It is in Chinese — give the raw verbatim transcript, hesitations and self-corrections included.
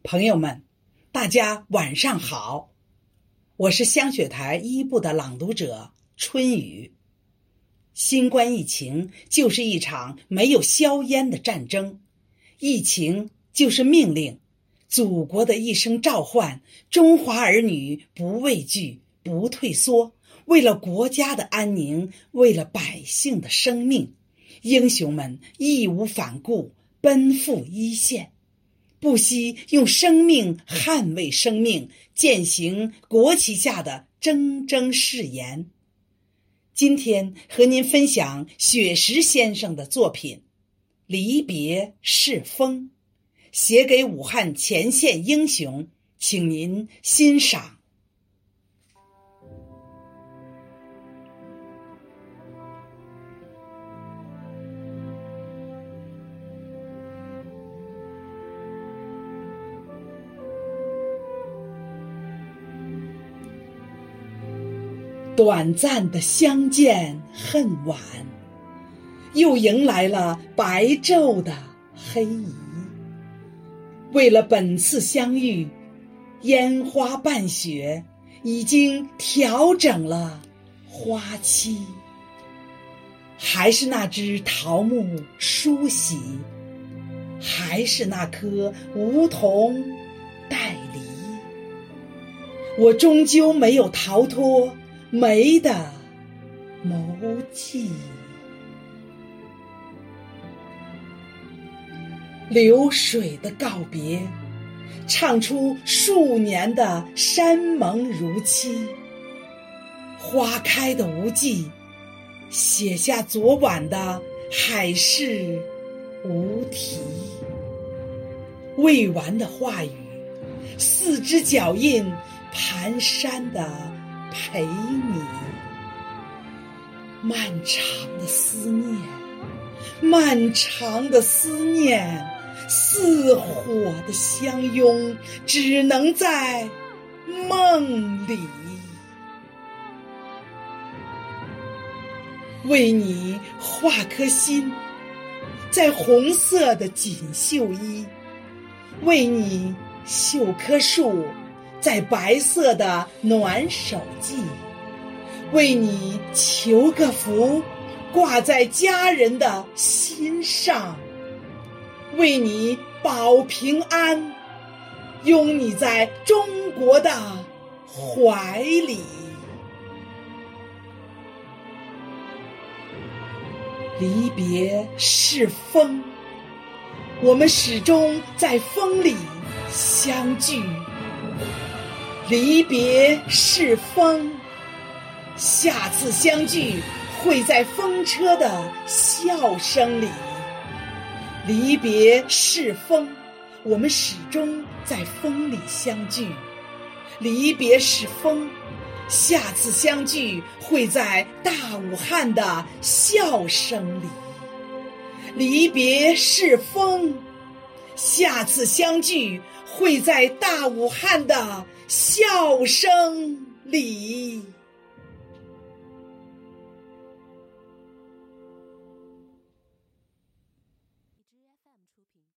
朋友们，大家晚上好，我是香雪台一部的朗读者春雨。新冠疫情就是一场没有硝烟的战争，疫情就是命令，祖国的一声召唤，中华儿女不畏惧，不退缩，为了国家的安宁，为了百姓的生命，英雄们义无反顾，奔赴一线，不惜用生命捍卫生命，践行国旗下的铮铮誓言。今天和您分享雪石先生的作品《离别是风》，写给武汉前线英雄，请您欣赏。短暂的相见恨晚，又迎来了白昼的黑移。为了本次相遇，烟花伴雪已经调整了花期。还是那枝桃木梳洗，还是那棵梧桐带梨。我终究没有逃脱梅的眸迹。流水的告别，唱出数年的山盟如期。花开的无际，写下昨晚的海誓无题。未完的话语，四只脚印蹒跚的陪你。漫长的思念，漫长的思念，似火的相拥，只能在梦里。为你画颗心，在红色的锦绣衣，为你绣棵树，在白色的暖手记，为你求个福，挂在家人的心上，为你保平安，拥你在中国的怀里。离别是风，我们始终在风里相聚。离别是风，下次相聚会在风车的笑声里。离别是风，我们始终在风里相聚。离别是风，下次相聚会在大武汉的笑声里。离别是风，下次相聚会在大武汉的笑声里。